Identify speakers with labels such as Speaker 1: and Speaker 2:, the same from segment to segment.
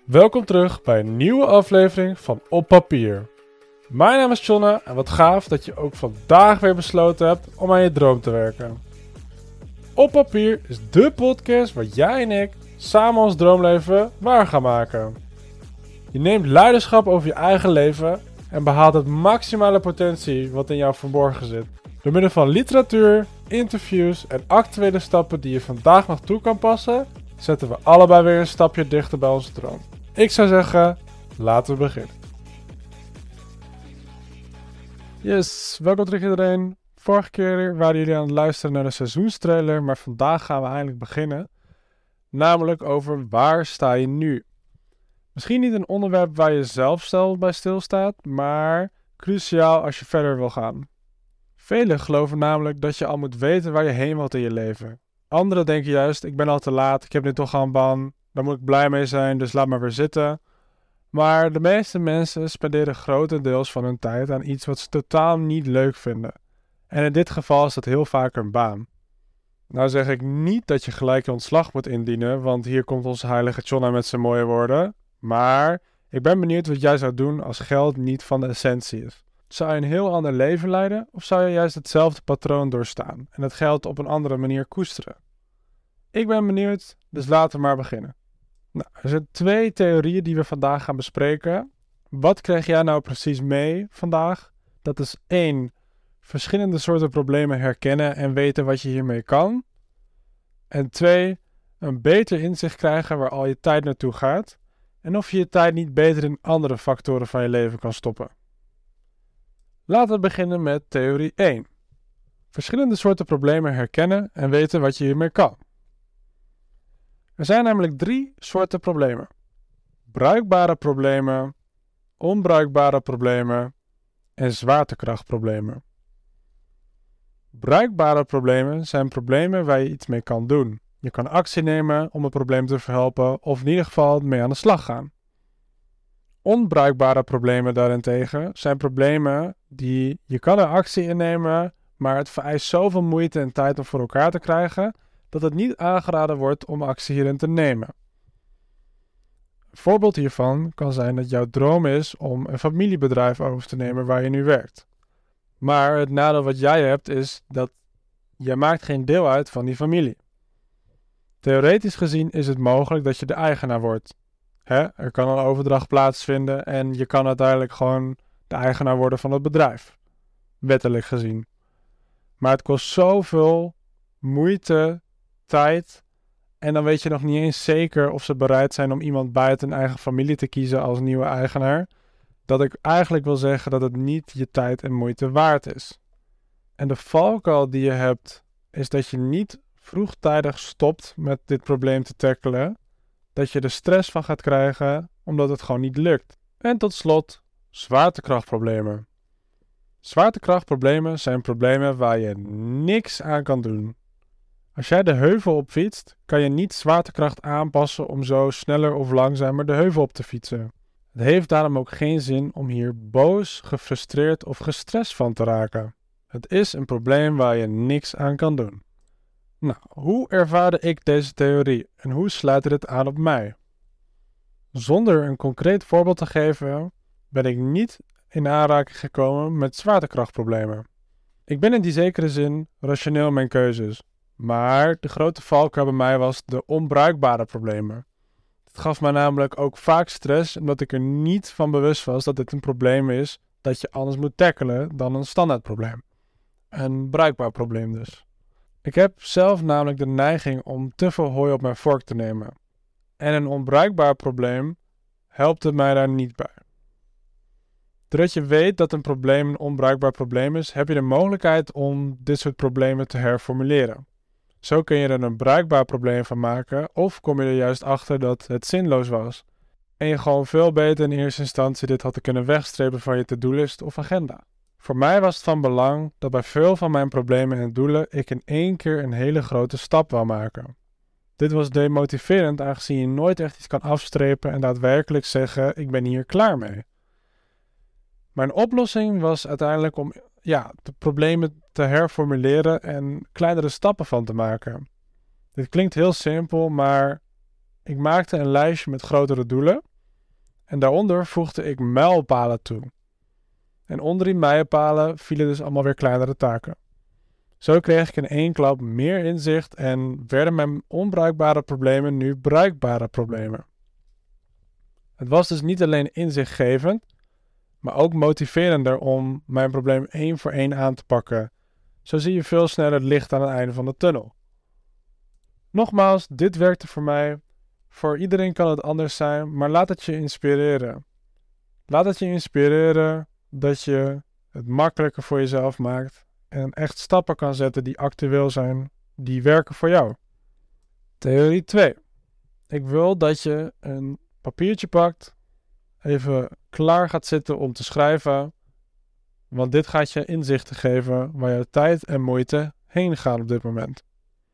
Speaker 1: Welkom terug bij een nieuwe aflevering van Op Papier. Mijn naam is Jonne en wat gaaf dat je ook vandaag weer besloten hebt om aan je droom te werken. Op Papier is dé podcast waar jij en ik samen ons droomleven waar gaan maken. Je neemt leiderschap over je eigen leven en behaalt het maximale potentie wat in jou verborgen zit. Door middel van literatuur, interviews en actuele stappen die je vandaag nog toe kan passen, zetten we allebei weer een stapje dichter bij onze droom. Ik zou zeggen, laten we beginnen. Yes, welkom terug iedereen. Vorige keer waren jullie aan het luisteren naar de seizoenstrailer, maar vandaag gaan we eindelijk beginnen. Namelijk over waar sta je nu? Misschien niet een onderwerp waar je zelf stil bij stilstaat, maar cruciaal als je verder wil gaan. Velen geloven namelijk dat je al moet weten waar je heen wilt in je leven. Anderen denken juist, ik ben al te laat, ik heb nu toch al een baan, daar moet ik blij mee zijn, dus laat maar weer zitten. Maar de meeste mensen spenderen grotendeels van hun tijd aan iets wat ze totaal niet leuk vinden. En in dit geval is dat heel vaak een baan. Nou zeg ik niet dat je gelijk je ontslag moet indienen, want hier komt onze heilige Chonna met zijn mooie woorden. Maar ik ben benieuwd wat jij zou doen als geld niet van de essentie is. Zou je een heel ander leven leiden of zou je juist hetzelfde patroon doorstaan en het geld op een andere manier koesteren? Ik ben benieuwd, dus laten we maar beginnen. Nou, er zijn 2 theorieën die we vandaag gaan bespreken. Wat krijg jij nou precies mee vandaag? Dat is 1. Verschillende soorten problemen herkennen en weten wat je hiermee kan. En 2. Een beter inzicht krijgen waar al je tijd naartoe gaat. En of je je tijd niet beter in andere factoren van je leven kan stoppen. Laten we beginnen met theorie 1. Verschillende soorten problemen herkennen en weten wat je hiermee kan. Er zijn namelijk 3 soorten problemen. Bruikbare problemen, onbruikbare problemen en zwaartekrachtproblemen. Bruikbare problemen zijn problemen waar je iets mee kan doen. Je kan actie nemen om het probleem te verhelpen of in ieder geval mee aan de slag gaan. Onbruikbare problemen daarentegen zijn problemen die je kan er actie in nemen, maar het vereist zoveel moeite en tijd om voor elkaar te krijgen dat het niet aangeraden wordt om actie hierin te nemen. Een voorbeeld hiervan kan zijn dat jouw droom is om een familiebedrijf over te nemen waar je nu werkt. Maar het nadeel wat jij hebt is dat jij maakt geen deel uit van die familie. Theoretisch gezien is het mogelijk dat je de eigenaar wordt. Er kan een overdracht plaatsvinden en je kan uiteindelijk gewoon de eigenaar worden van het bedrijf. Wettelijk gezien. Maar het kost zoveel moeite, tijd en dan weet je nog niet eens zeker of ze bereid zijn om iemand buiten hun eigen familie te kiezen als nieuwe eigenaar, dat ik eigenlijk wil zeggen dat het niet je tijd en moeite waard is. En de valkuil die je hebt is dat je niet vroegtijdig stopt met dit probleem te tackelen, dat je er stress van gaat krijgen omdat het gewoon niet lukt. En tot slot, zwaartekrachtproblemen. Zwaartekrachtproblemen zijn problemen waar je niks aan kan doen. Als jij de heuvel op fietst, kan je niet zwaartekracht aanpassen om zo sneller of langzamer de heuvel op te fietsen. Het heeft daarom ook geen zin om hier boos, gefrustreerd of gestrest van te raken. Het is een probleem waar je niks aan kan doen. Nou, hoe ervaarde ik deze theorie en hoe sluit dit aan op mij? Zonder een concreet voorbeeld te geven, ben ik niet in aanraking gekomen met zwaartekrachtproblemen. Ik ben in die zekere zin rationeel in mijn keuzes. Maar de grote valkuil bij mij was de onbruikbare problemen. Het gaf mij namelijk ook vaak stress omdat ik er niet van bewust was dat dit een probleem is dat je anders moet tackelen dan een standaard probleem. Een bruikbaar probleem dus. Ik heb zelf namelijk de neiging om te veel hooi op mijn vork te nemen. En een onbruikbaar probleem helpt het mij daar niet bij. Doordat je weet dat een probleem een onbruikbaar probleem is, heb je de mogelijkheid om dit soort problemen te herformuleren. Zo kun je er een bruikbaar probleem van maken of kom je er juist achter dat het zinloos was. En je gewoon veel beter in eerste instantie dit had kunnen wegstrepen van je to-do-list of agenda. Voor mij was het van belang dat bij veel van mijn problemen en doelen ik in één keer een hele grote stap wou maken. Dit was demotiverend aangezien je nooit echt iets kan afstrepen en daadwerkelijk zeggen ik ben hier klaar mee. Mijn oplossing was uiteindelijk om de problemen te herformuleren en kleinere stappen van te maken. Dit klinkt heel simpel, maar ik maakte een lijstje met grotere doelen En daaronder voegde ik mijlpalen toe. En onder die mijlpalen vielen dus allemaal weer kleinere taken. Zo kreeg ik in één klap meer inzicht en werden mijn onbruikbare problemen nu bruikbare problemen. Het was dus niet alleen inzichtgevend, maar ook motiverender om mijn probleem 1 voor 1 aan te pakken. Zo zie je veel sneller het licht aan het einde van de tunnel. Nogmaals, dit werkte voor mij. Voor iedereen kan het anders zijn, maar laat het je inspireren. Laat het je inspireren dat je het makkelijker voor jezelf maakt en echt stappen kan zetten die actueel zijn, die werken voor jou. Theorie 2. Ik wil dat je een papiertje pakt, even klaar gaat zitten om te schrijven, want dit gaat je inzichten geven waar je tijd en moeite heen gaan op dit moment.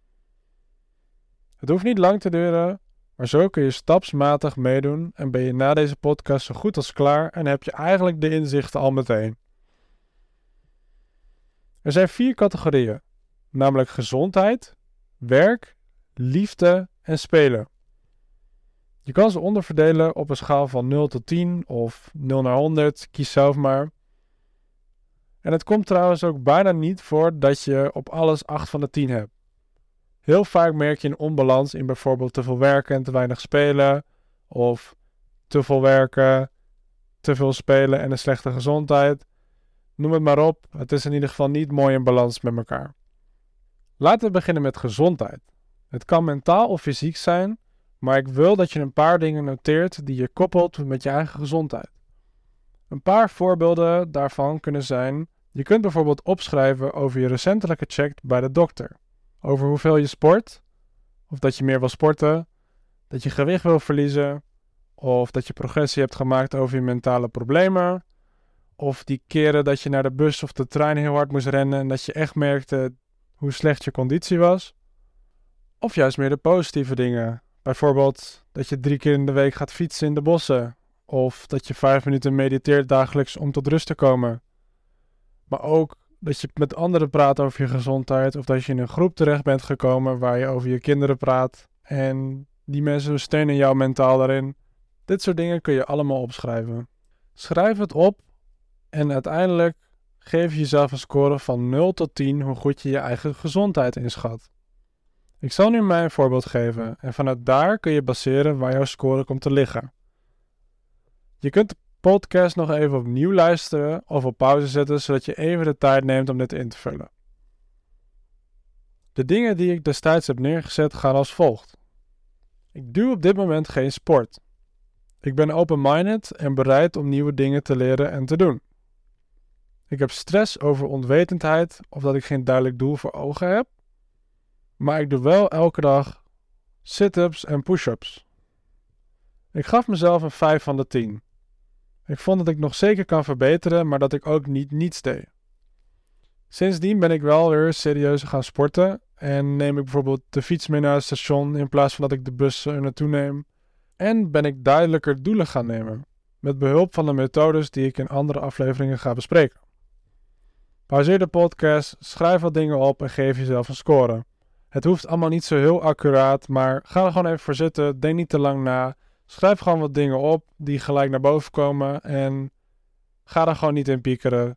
Speaker 1: Het hoeft niet lang te duren, maar zo kun je stapsmatig meedoen en ben je na deze podcast zo goed als klaar en heb je eigenlijk de inzichten al meteen. Er zijn 4 categorieën, namelijk gezondheid, werk, liefde en spelen. Je kan ze onderverdelen op een schaal van 0 tot 10 of 0 naar 100, kies zelf maar. En het komt trouwens ook bijna niet voor dat je op alles 8 van de 10 hebt. Heel vaak merk je een onbalans in bijvoorbeeld te veel werken en te weinig spelen, of te veel werken, te veel spelen en een slechte gezondheid. Noem het maar op, het is in ieder geval niet mooi in balans met elkaar. Laten we beginnen met gezondheid. Het kan mentaal of fysiek zijn, maar ik wil dat je een paar dingen noteert die je koppelt met je eigen gezondheid. Een paar voorbeelden daarvan kunnen zijn: je kunt bijvoorbeeld opschrijven over je recentelijke check bij de dokter. Over hoeveel je sport, of dat je meer wil sporten, dat je gewicht wil verliezen, of dat je progressie hebt gemaakt over je mentale problemen, of die keren dat je naar de bus of de trein heel hard moest rennen en dat je echt merkte hoe slecht je conditie was. Of juist meer de positieve dingen. Bijvoorbeeld dat je 3 keer in de week gaat fietsen in de bossen. Of dat je 5 minuten mediteert dagelijks om tot rust te komen. Maar ook dat je met anderen praat over je gezondheid. Of dat je in een groep terecht bent gekomen waar je over je kinderen praat. En die mensen steunen jou mentaal daarin. Dit soort dingen kun je allemaal opschrijven. Schrijf het op en uiteindelijk geef je jezelf een score van 0 tot 10 hoe goed je je eigen gezondheid inschat. Ik zal nu mijn voorbeeld geven en vanuit daar kun je baseren waar jouw score komt te liggen. Je kunt de podcast nog even opnieuw luisteren of op pauze zetten zodat je even de tijd neemt om dit in te vullen. De dingen die ik destijds heb neergezet gaan als volgt. Ik doe op dit moment geen sport. Ik ben open-minded en bereid om nieuwe dingen te leren en te doen. Ik heb stress over onwetendheid of dat ik geen duidelijk doel voor ogen heb. Maar ik doe wel elke dag sit-ups en push-ups. Ik gaf mezelf een 5 van de 10. Ik vond dat ik nog zeker kan verbeteren, maar dat ik ook niet niets deed. Sindsdien ben ik wel weer serieus gaan sporten en neem ik bijvoorbeeld de fiets mee naar het station in plaats van dat ik de bus er naartoe neem. En ben ik duidelijker doelen gaan nemen, met behulp van de methodes die ik in andere afleveringen ga bespreken. Pauzeer de podcast, schrijf wat dingen op en geef jezelf een score. Het hoeft allemaal niet zo heel accuraat, maar ga er gewoon even voor zitten, denk niet te lang na. Schrijf gewoon wat dingen op die gelijk naar boven komen en ga er gewoon niet in piekeren.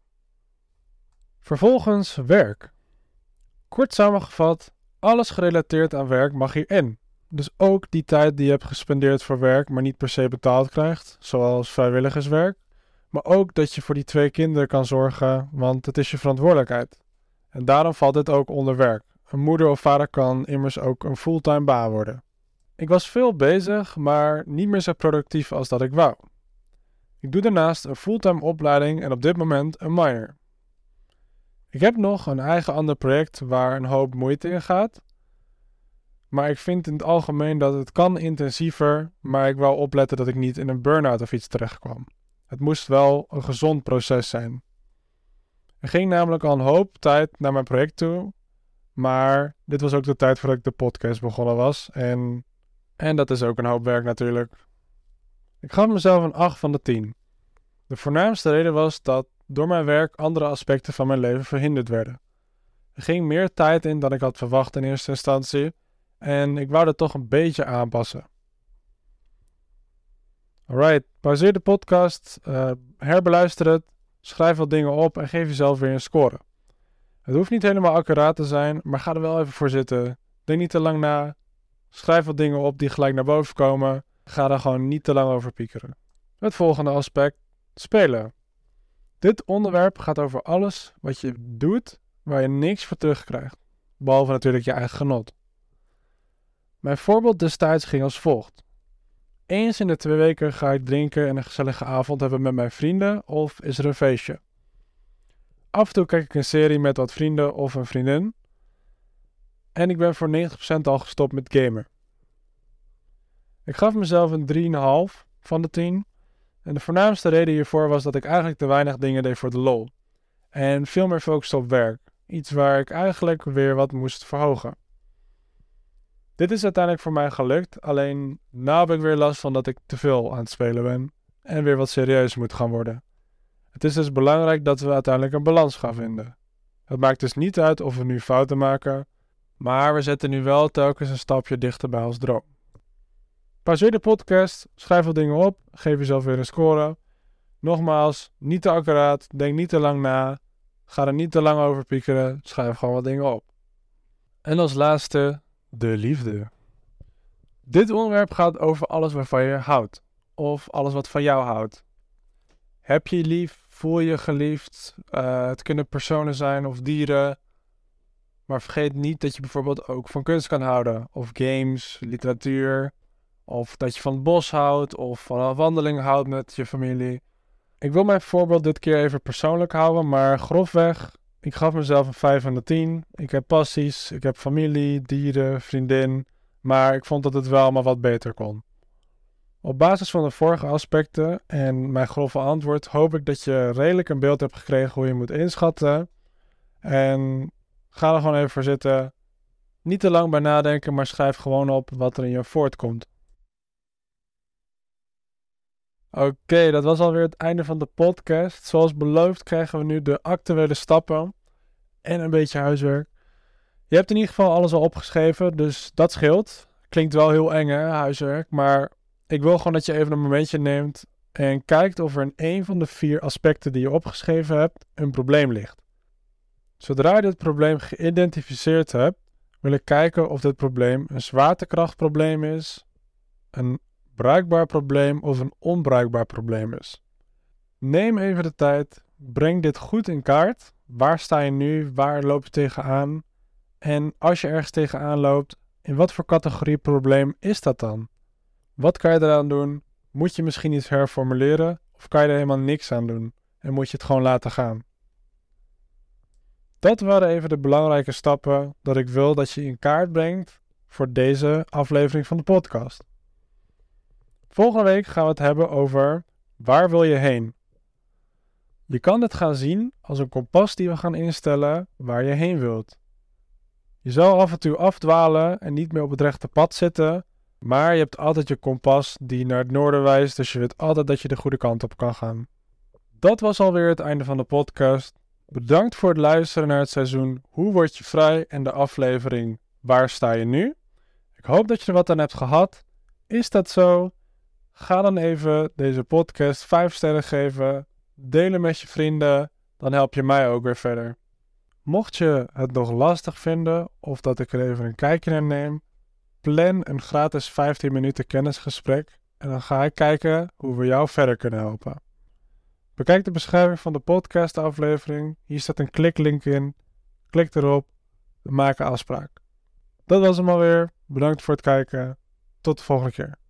Speaker 1: Vervolgens werk. Kort samengevat, alles gerelateerd aan werk mag hierin. Dus ook die tijd die je hebt gespendeerd voor werk, maar niet per se betaald krijgt, zoals vrijwilligerswerk. Maar ook dat je voor die 2 kinderen kan zorgen, want het is je verantwoordelijkheid. En daarom valt dit ook onder werk. Een moeder of vader kan immers ook een fulltime baan worden. Ik was veel bezig, maar niet meer zo productief als dat ik wou. Ik doe daarnaast een fulltime opleiding en op dit moment een minor. Ik heb nog een eigen ander project waar een hoop moeite in gaat. Maar ik vind in het algemeen dat het kan intensiever, maar ik wou opletten dat ik niet in een burn-out of iets terecht kwam. Het moest wel een gezond proces zijn. Er ging namelijk al een hoop tijd naar mijn project toe, maar dit was ook de tijd voordat ik de podcast begonnen was en dat is ook een hoop werk natuurlijk. Ik gaf mezelf een 8 van de 10. De voornaamste reden was dat door mijn werk andere aspecten van mijn leven verhinderd werden. Er ging meer tijd in dan ik had verwacht in eerste instantie en ik wou dat toch een beetje aanpassen. Alright, pauzeer de podcast, herbeluister het, schrijf wat dingen op en geef jezelf weer een score. Het hoeft niet helemaal accuraat te zijn, maar ga er wel even voor zitten. Denk niet te lang na, schrijf wat dingen op die gelijk naar boven komen. Ga daar gewoon niet te lang over piekeren. Het volgende aspect, spelen. Dit onderwerp gaat over alles wat je doet waar je niks voor terugkrijgt. Behalve natuurlijk je eigen genot. Mijn voorbeeld destijds ging als volgt. Eens in de 2 weken ga ik drinken en een gezellige avond hebben met mijn vrienden of is er een feestje. Af en toe kijk ik een serie met wat vrienden of een vriendin. En ik ben voor 90% al gestopt met gamen. Ik gaf mezelf een 3,5 van de 10. En de voornaamste reden hiervoor was dat ik eigenlijk te weinig dingen deed voor de lol. En veel meer focuste op werk. Iets waar ik eigenlijk weer wat moest verhogen. Dit is uiteindelijk voor mij gelukt, alleen nu heb ik weer last van dat ik te veel aan het spelen ben. En weer wat serieus moet gaan worden. Het is dus belangrijk dat we uiteindelijk een balans gaan vinden. Het maakt dus niet uit of we nu fouten maken, maar we zetten nu wel telkens een stapje dichter bij ons droom. Pauzeer de podcast, schrijf wat dingen op, geef jezelf weer een score. Nogmaals, niet te accuraat, denk niet te lang na, ga er niet te lang over piekeren, schrijf gewoon wat dingen op. En als laatste, de liefde. Dit onderwerp gaat over alles waarvan je houdt, of alles wat van jou houdt. Heb je lief, voel je geliefd, het kunnen personen zijn of dieren. Maar vergeet niet dat je bijvoorbeeld ook van kunst kan houden, of games, literatuur, of dat je van het bos houdt, of van een wandeling houdt met je familie. Ik wil mijn voorbeeld dit keer even persoonlijk houden, maar grofweg, ik gaf mezelf een 5 van de 10. Ik heb passies, ik heb familie, dieren, vriendin, maar ik vond dat het wel allemaal wat beter kon. Op basis van de vorige aspecten en mijn grove antwoord hoop ik dat je redelijk een beeld hebt gekregen hoe je moet inschatten. En ga er gewoon even voor zitten. Niet te lang bij nadenken, maar schrijf gewoon op wat er in je voortkomt. Oké, dat was alweer het einde van de podcast. Zoals beloofd krijgen we nu de actuele stappen en een beetje huiswerk. Je hebt in ieder geval alles al opgeschreven, dus dat scheelt. Klinkt wel heel eng, hè, huiswerk, maar ik wil gewoon dat je even een momentje neemt en kijkt of er in een van de 4 aspecten die je opgeschreven hebt een probleem ligt. Zodra je dit probleem geïdentificeerd hebt, wil ik kijken of dit probleem een zwaartekrachtprobleem is, een bruikbaar probleem of een onbruikbaar probleem is. Neem even de tijd, breng dit goed in kaart. Waar sta je nu? Waar loop je tegenaan? En als je ergens tegenaan loopt, in wat voor categorie probleem is dat dan? Wat kan je eraan doen? Moet je misschien iets herformuleren? Of kan je er helemaal niks aan doen? En moet je het gewoon laten gaan? Dat waren even de belangrijke stappen dat ik wil dat je in kaart brengt voor deze aflevering van de podcast. Volgende week gaan we het hebben over waar wil je heen? Je kan dit gaan zien als een kompas die we gaan instellen waar je heen wilt. Je zal af en toe afdwalen en niet meer op het rechte pad zitten, maar je hebt altijd je kompas die naar het noorden wijst, dus je weet altijd dat je de goede kant op kan gaan. Dat was alweer het einde van de podcast. Bedankt voor het luisteren naar het seizoen Hoe word je vrij en de aflevering Waar sta je nu? Ik hoop dat je er wat aan hebt gehad. Is dat zo? Ga dan even deze podcast 5 sterren geven, delen met je vrienden, dan help je mij ook weer verder. Mocht je het nog lastig vinden of dat ik er even een kijkje naar neem, plan een gratis 15 minuten kennisgesprek en dan ga ik kijken hoe we jou verder kunnen helpen. Bekijk de beschrijving van de podcastaflevering, hier staat een kliklink in, klik erop, we maken afspraak. Dat was hem alweer, bedankt voor het kijken, tot de volgende keer.